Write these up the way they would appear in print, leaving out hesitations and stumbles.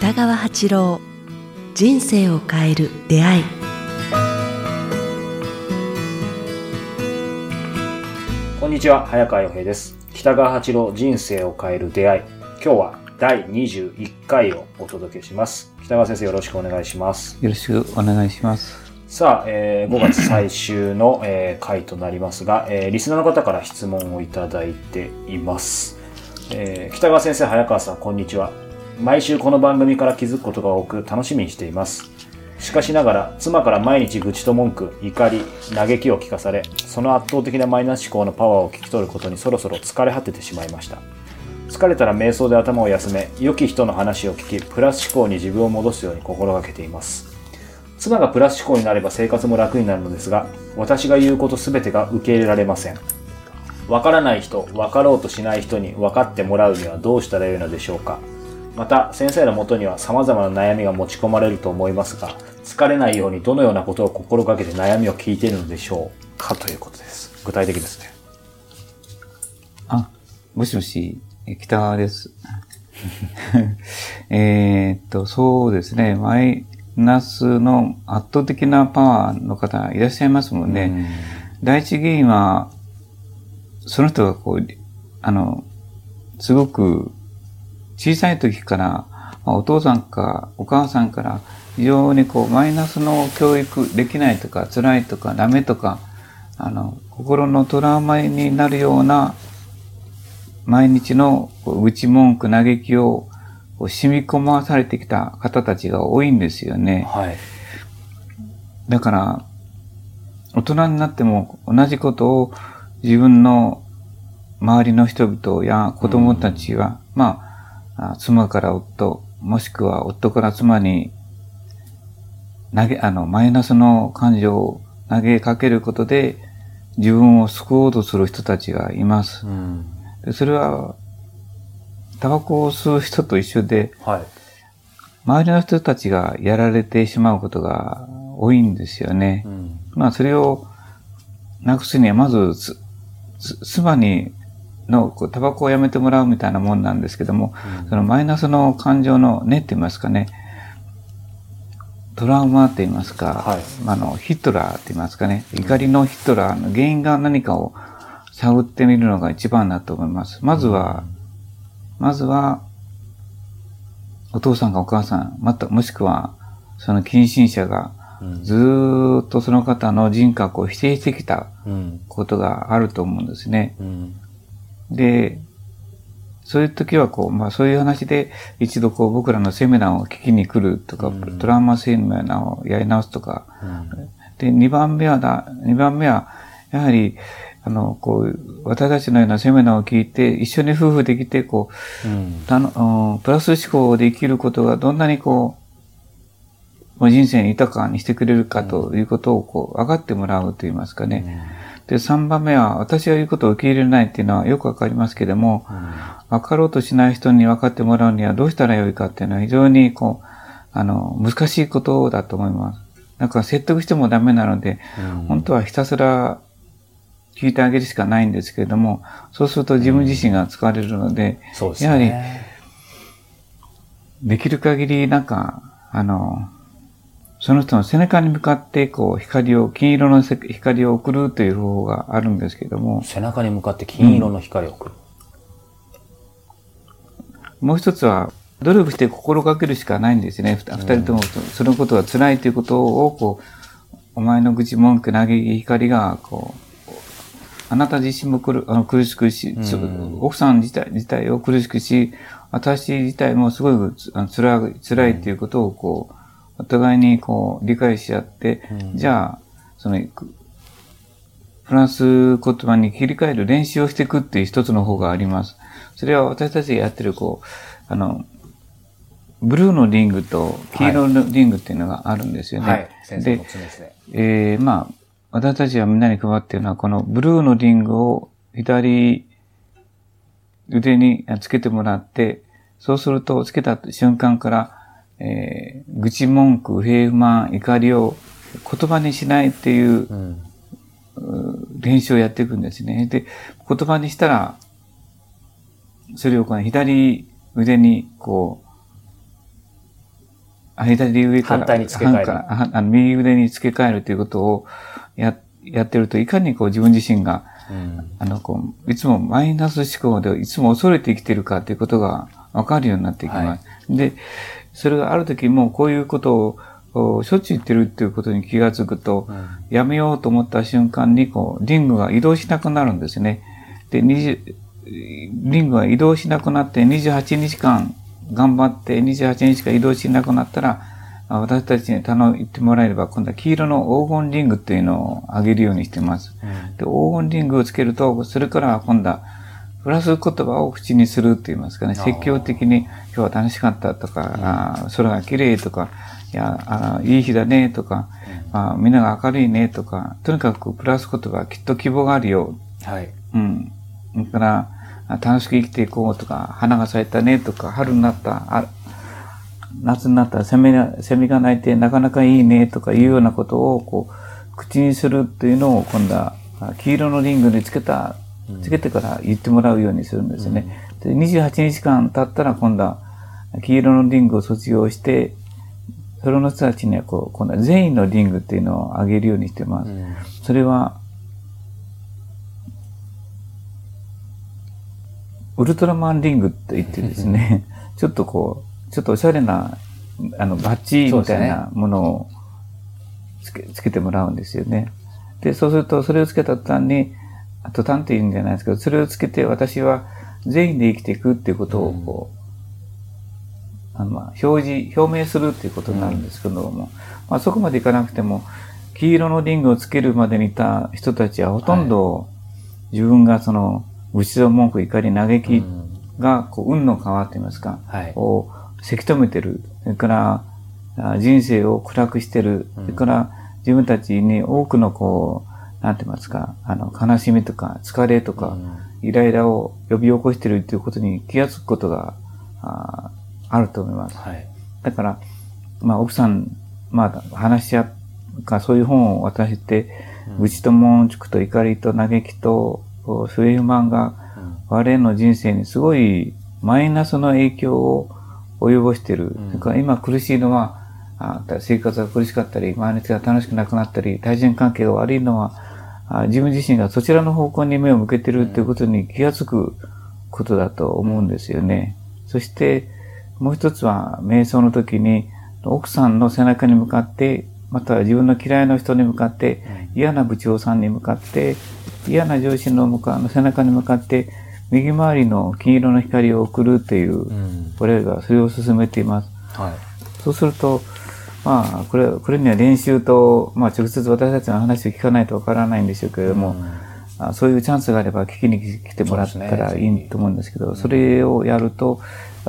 北川八郎、人生を変える出会い。 こんにちは、早川洋平です。北川八郎、人生を変える出会い。今日は第21回をお届けします。北川先生、よろしくお願いします。 よろしくお願いします。 さあ、5月最終の、回となりますが、リスナーの方から質問をいただいています。北川先生、早川さん、こんにちは。毎週この番組から気づくことが多く楽しみにしています。しかしながら、妻から毎日愚痴と文句、怒り、嘆きを聞かされ、その圧倒的なマイナス思考のパワーを聞き取ることにそろそろ疲れ果ててしまいました。疲れたら瞑想で頭を休め、良き人の話を聞き、プラス思考に自分を戻すように心がけています。妻がプラス思考になれば生活も楽になるのですが、私が言うことすべてが受け入れられません。わからない人、わかろうとしない人に分かってもらうにはどうしたらよいのでしょうか。また、先生のもとには様々な悩みが持ち込まれると思いますが、疲れないようにどのようなことを心がけて悩みを聞いているのでしょうか、ということです。具体的ですね。 もしもし、北川です。そうですね、マイナスの圧倒的なパワーの方いらっしゃいますもんね。第一原因は、その人がすごく小さい時から、お父さんかお母さんから非常にマイナスの教育できないとか、辛いとか、ダメとか、心のトラウマになるような毎日の愚痴文句嘆きを染み込まされてきた方たちが多いんですよね。 はい。 だから、大人になっても同じことを自分の周りの人々や子供たちは、妻から夫、もしくは夫から妻にマイナスの感情を投げかけることで自分を救おうとする人たちがいます。でそれは、タバコを吸う人と一緒で、 はい、 周りの人たちがやられてしまうことが多いんですよね。それをなくすには、まず、妻のタバコをやめてもらうみたいなもんなんですけども、そのマイナスの感情の根って言いますかね、トラウマって言いますか、ヒトラーって言いますかね、怒りのヒトラーの原因が何かを探ってみるのが一番だと思います。まずは、お父さんかお母さん、もしくは、その近親者が、ずーっとその方の人格を否定してきたことがあると思うんですね。で、そういう時はそういう話で一度僕らのセミナーを聞きに来るとか、トラウマセミナーをやり直すとか、で、2番目は、やはり、私たちのようなセミナーを聞いて、一緒に夫婦できて、プラス思考で生きることがどんなに人生に豊かにしてくれるかということを分かってもらうと言いますかね。で、3番目は、私が言うことを受け入れないっていうのはよくわかりますけれども、分かろうとしない人に分かってもらうにはどうしたらよいかっていうのは非常に難しいことだと思います。だから説得してもダメなので、本当はひたすら聞いてあげるしかないんですけれども、そうすると自分自身が疲れるので、やはり、できる限りその人の背中に向かって金色の光を送るという方法があるんですけれども。 背中に向かって金色の光を送る。 もう一つは、努力して心がけるしかないんですね。二人とも、そのことが辛いということを、お前の愚痴文句嘆き光が、あなた自身も苦しくし、奥さん自体を苦しくし、私自体もすごい辛いということをお互いに理解し合って、じゃあ、フランス言葉に切り替える練習をしていくっていう一つの方があります。それは私たちがやってるブルーのリングと黄色のリングっていうのがあるんですよね。 はい、先生の常ですね。私たちはみんなに配っているのは、このブルーのリングを左腕につけてもらって、そうするとつけた瞬間から、愚痴文句、不平不満、怒りを言葉にしないっていう、練習をやっていくんですね。で、言葉にしたら、それを左腕に左上から反対に付け替える。 右腕に付け替えるということをやってると、いかに自分自身が、いつもマイナス思考でいつも恐れて生きているかということがわかるようになっていきます。はい、で、それがある時もこういうことをしょっちゅう言ってるっていうことに気がつくと、やめようと思った瞬間にリングが移動しなくなるんですね。で、リングが移動しなくなって28日間頑張って28日間移動しなくなったら、私たちに言ってもらえれば、今度は黄色の黄金リングっていうのをあげるようにしてます。で、黄金リングをつけると、それから今度はプラス言葉を口にするって言いますかね、積極的に今日は楽しかったとか、空が綺麗とか、いい日だねとか、みんなが明るいねとか、とにかくプラス言葉、きっと希望があるよ。 はい。 だから、楽しく生きていこうとか、花が咲いたねとか、春になった、夏になったらセミが鳴いてなかなかいいねとかいうようなことを口にするっていうのを今度は黄色のリングにつけてから言ってもらうようにするんですね。で、28日間経ったら今度は黄色のリングを卒業して、それの人たちには今度は善意のリングっていうのをあげるようにしてます。それは、ウルトラマンリングって言ってですね、ちょっとおしゃれな、バッジみたいなものをつけてもらうんですよね。で、そうすると、それをつけた途端って言うんじゃないですけど、それをつけて私は善意で生きていくっていうことを表明するっていうことになるんですけども、そこまでいかなくても、黄色のリングをつけるまでにいた人たちはほとんど自分が愚痴と文句、怒り、嘆きが、運の川と言いますか、をせき止めてる。それから、人生を暗くしてる。それから、自分たちに多くのなんて言いますか、悲しみとか、疲れとか、イライラを呼び起こしてるということに気がつくことが、あると思います。だから、奥さん、話し合うか、そういう本を渡して、愚痴と文句と怒りと嘆きと、そういう不満が、我々の人生にすごいマイナスの影響を及ぼしている。それから今苦しいのは、生活が苦しかったり、毎日が楽しくなくなったり、対人関係が悪いのは、自分自身がそちらの方向に目を向けているということに気がつくことだと思うんですよね。そして、もう一つは、瞑想の時に、奥さんの背中に向かって、または自分の嫌いな人に向かって、嫌な部長さんに向かって、嫌な上司の背中に向かって、右回りの金色の光を送るという、これがそれを進めています。そうすると、これには練習と、直接私たちの話を聞かないとわからないんでしょうけれども、そういうチャンスがあれば聞きに来てもらったらいいと思うんですけど、それをやると、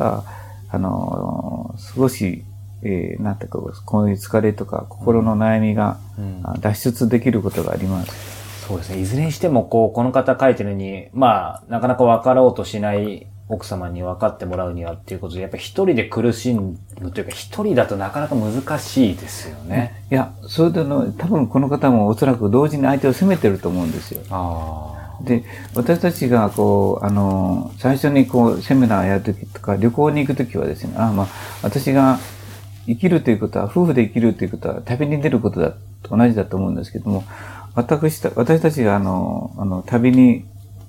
少し、なんていうか、こういう疲れとか心の悩みが脱出できることがあります。 そうですね。いずれにしても、この方書いてるように、なかなか分かろうとしない奥様に分かってもらうにはっていうことで、やっぱり一人で苦しむというか、一人だとなかなか難しいですよね。 いや、それで多分この方もおそらく同時に相手を責めてると思うんですよ。で、私たちが最初にセミナーやるときとか、旅行に行くときはですね、私が生きるということは、夫婦で生きるということは、旅に出ることと同じだと思うんですけども、私たちが旅に、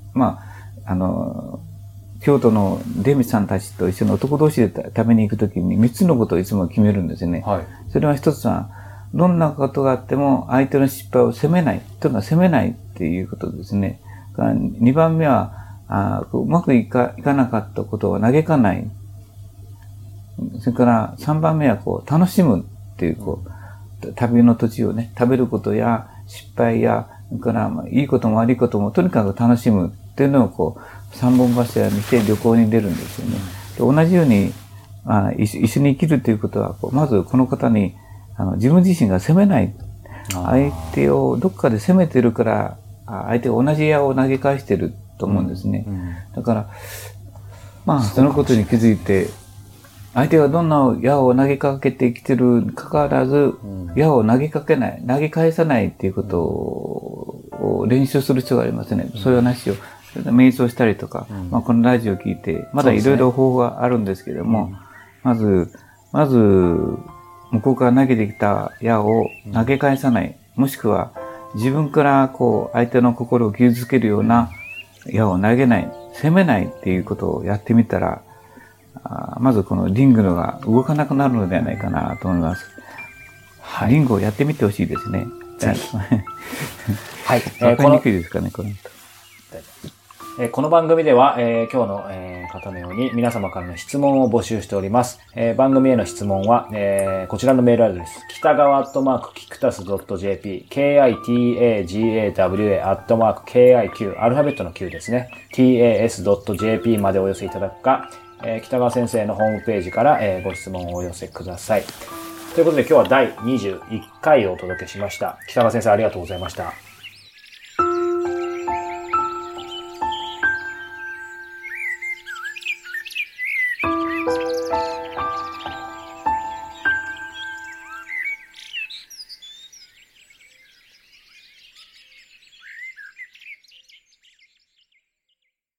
京都の出光さんたちと一緒に男同士で旅に行くときに3つのことをいつも決めるんですね。それは一つは、どんなことがあっても相手の失敗を責めない。というのは責めないっていうことですね。2番目は、うまくいかなかったことを嘆かない。それから3番目は楽しむっていう、旅の途中をね、食べることや失敗や、それからいいことも悪いこともとにかく楽しむっていうのを三本柱にして旅行に出るんですよね。で同じように、一緒に生きるということは、まずこの方に、自分自身が責めない。相手をどっかで責めてるから、相手が同じ矢を投げ返してると思うんですね。だから、そのことに気づいて、相手がどんな矢を投げかけてきてるにかかわらず、矢を投げ返さないっていうことを練習する必要がありますね。そういう話を、瞑想したりとか、このラジオを聞いて、まだいろいろ方法があるんですけれども、まず、 向こうから投げてきた矢を投げ返さない。もしくは自分から相手の心を傷つけるような矢を投げない。攻めないっていうことをやってみたら、まずこのリングのが動かなくなるのではないかなと思います。はい。リングをやってみてほしいですね。はい。わかりにくいですかね、この人。 この番組では、今日の、方のように皆様からの質問を募集しております。番組への質問は、こちらのメールアドレス、北川@kikutas.jp、kitagawa@kiq、アルファベットの Q ですね、tas.jp までお寄せいただくか、北川先生のホームページから、ご質問をお寄せください。ということで今日は第21回をお届けしました。北川先生ありがとうございました。